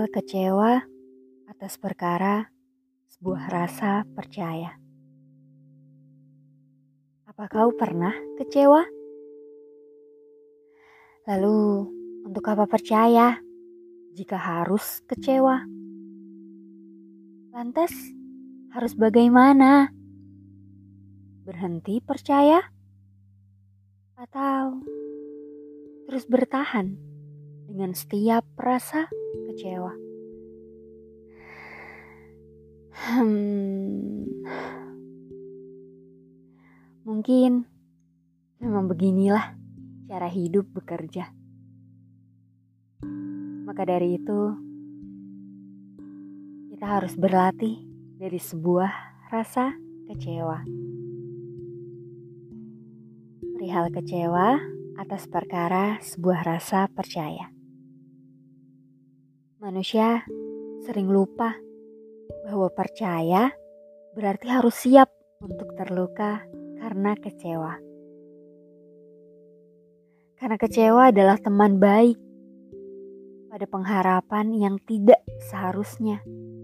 Perihal kecewa atas perkara sebuah rasa percaya. Apa kau pernah kecewa? Lalu, untuk apa percaya jika harus kecewa? Lantas, harus bagaimana? Berhenti percaya? Atau terus bertahan dengan setiap rasa kecewa? Mungkin memang beginilah cara hidup bekerja. Maka dari itu, kita harus berlatih dari sebuah rasa kecewa. Perihal kecewa atas perkara sebuah rasa percaya. Manusia sering lupa bahwa percaya berarti harus siap untuk terluka karena kecewa. Karena kecewa adalah teman baik pada pengharapan yang tidak seharusnya.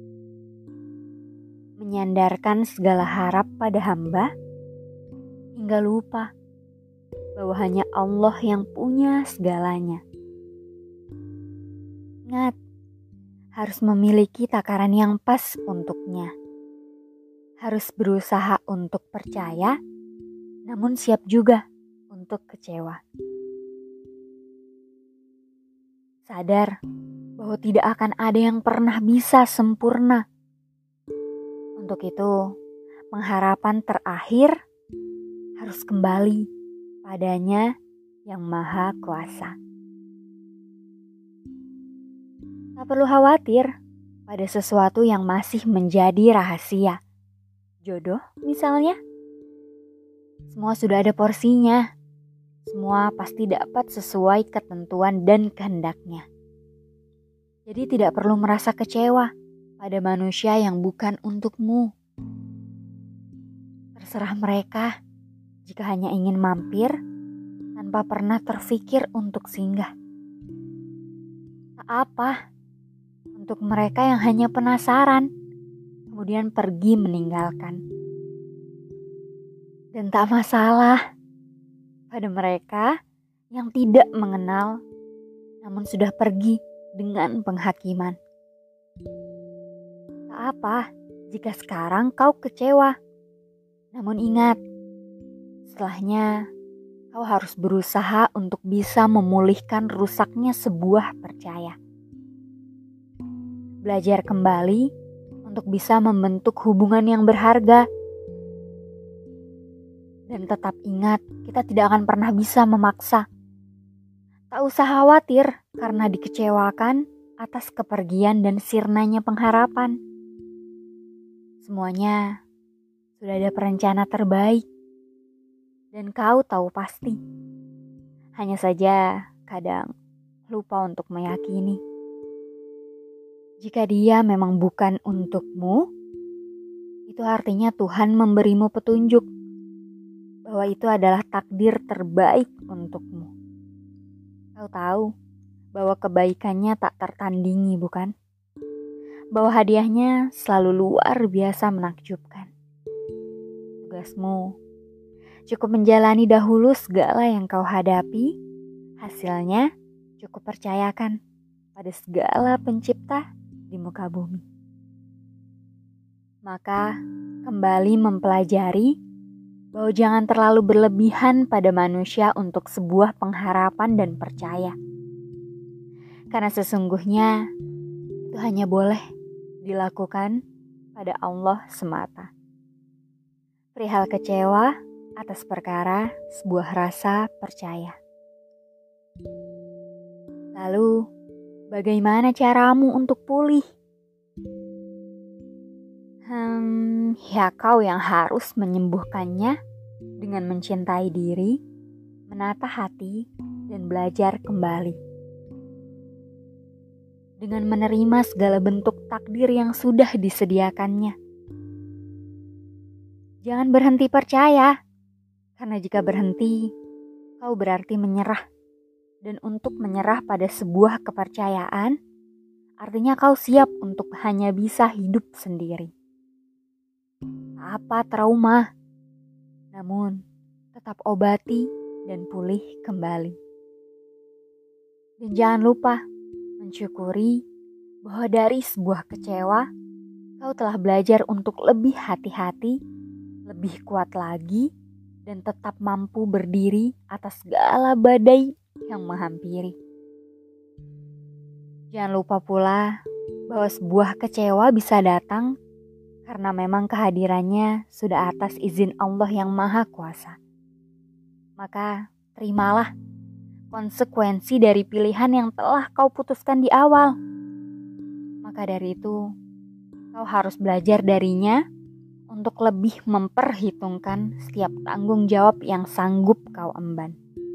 Menyandarkan segala harap pada hamba hingga lupa bahwa hanya Allah yang punya segalanya. Ingat, harus memiliki takaran yang pas untuknya. Harus berusaha untuk percaya, namun siap juga untuk kecewa. Sadar bahwa tidak akan ada yang pernah bisa sempurna. Untuk itu, pengharapan terakhir harus kembali padanya yang Maha Kuasa. Tak perlu khawatir pada sesuatu yang masih menjadi rahasia. Jodoh misalnya. Semua sudah ada porsinya. Semua pasti dapat sesuai ketentuan dan kehendaknya. Jadi tidak perlu merasa kecewa pada manusia yang bukan untukmu. Terserah mereka jika hanya ingin mampir tanpa pernah terfikir untuk singgah. Tak apa untuk mereka yang hanya penasaran, kemudian pergi meninggalkan. Dan tak masalah pada mereka yang tidak mengenal namun sudah pergi dengan penghakiman. Tak apa jika sekarang kau kecewa. Namun ingat, setelahnya kau harus berusaha untuk bisa memulihkan rusaknya sebuah percaya. Belajar kembali untuk bisa membentuk hubungan yang berharga. Dan tetap ingat, kita tidak akan pernah bisa memaksa. Tak usah khawatir karena dikecewakan atas kepergian dan sirnanya pengharapan. Semuanya sudah ada perencana terbaik. Dan kau tahu pasti. Hanya saja kadang lupa untuk meyakini. Jika dia memang bukan untukmu, itu artinya Tuhan memberimu petunjuk bahwa itu adalah takdir terbaik untukmu. Kau tahu bahwa kebaikannya tak tertandingi, bukan? Bahwa hadiahnya selalu luar biasa menakjubkan. Tugasmu cukup menjalani dahulu segala yang kau hadapi. Hasilnya cukup percayakan pada segala pencipta di muka bumi. Maka kembali mempelajari bahwa jangan terlalu berlebihan pada manusia untuk sebuah pengharapan dan percaya. Karena sesungguhnya itu hanya boleh dilakukan pada Allah semata. Perihal kecewa atas perkara sebuah rasa percaya. Lalu, bagaimana caramu untuk pulih? Ya kau yang harus menyembuhkannya dengan mencintai diri, menata hati, dan belajar kembali. Dengan menerima segala bentuk takdir yang sudah disediakannya. Jangan berhenti percaya, karena jika berhenti, kau berarti menyerah. Dan untuk menyerah pada sebuah kepercayaan artinya kau siap untuk hanya bisa hidup sendiri. Tak apa trauma, namun tetap obati dan pulih kembali. Dan jangan lupa mensyukuri bahwa dari sebuah kecewa, kau telah belajar untuk lebih hati-hati, lebih kuat lagi, dan tetap mampu berdiri atas segala badai yang menghampiri. Jangan lupa pula bahwa sebuah kecewa bisa datang karena memang kehadirannya sudah atas izin Allah yang Maha Kuasa. Maka terimalah konsekuensi dari pilihan yang telah kau putuskan di awal. Maka dari itu, kau harus belajar darinya untuk lebih memperhitungkan setiap tanggung jawab yang sanggup kau emban.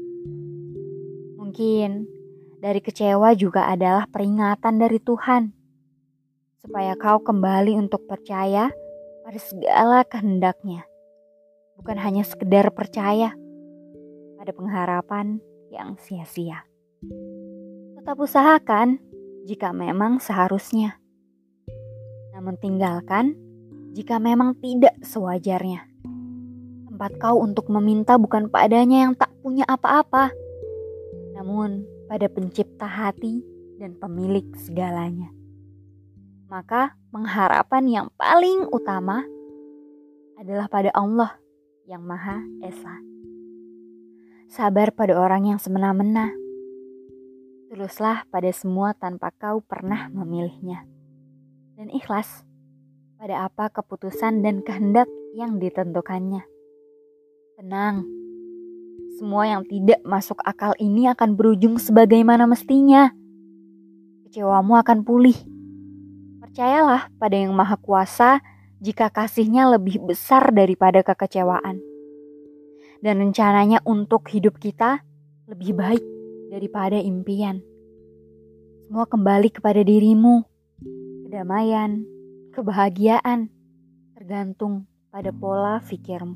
Mungkin dari kecewa juga adalah peringatan dari Tuhan, supaya kau kembali untuk percaya pada segala kehendak-Nya. Bukan hanya sekedar percaya pada pengharapan yang sia-sia. Tetap usahakan jika memang seharusnya. Namun tinggalkan jika memang tidak sewajarnya. Tempat kau untuk meminta bukan padanya yang tak punya apa-apa, namun pada pencipta hati dan pemilik segalanya. Maka pengharapan yang paling utama adalah pada Allah yang Maha Esa. Sabar pada orang yang semena-mena. Tuluslah pada semua tanpa kau pernah memilihnya. Dan ikhlas pada apa keputusan dan kehendak yang ditentukannya. Tenang, semua yang tidak masuk akal ini akan berujung sebagaimana mestinya. Kecewamu akan pulih. Percayalah pada yang Maha Kuasa jika kasih-Nya lebih besar daripada kekecewaan. Dan rencananya untuk hidup kita lebih baik daripada impian. Semua kembali kepada dirimu. Kedamaian, kebahagiaan, tergantung pada pola pikirmu.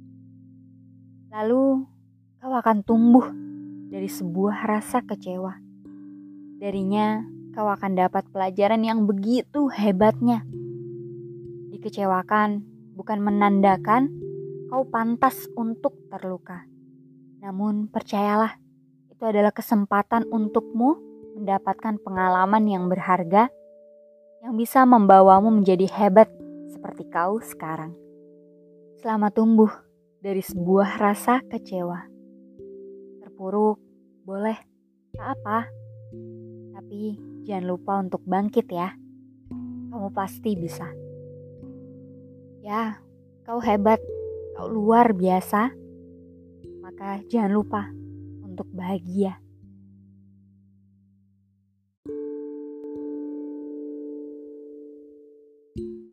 Lalu kau akan tumbuh dari sebuah rasa kecewa. Darinya kau akan dapat pelajaran yang begitu hebatnya. Dikecewakan bukan menandakan kau pantas untuk terluka. Namun percayalah, itu adalah kesempatan untukmu mendapatkan pengalaman yang berharga yang bisa membawamu menjadi hebat seperti kau sekarang. Selamat tumbuh dari sebuah rasa kecewa. Terpuruk, boleh, tak apa. Tapi jangan lupa untuk bangkit ya. Kamu pasti bisa. Ya, kau hebat. Kau luar biasa, maka jangan lupa untuk bahagia.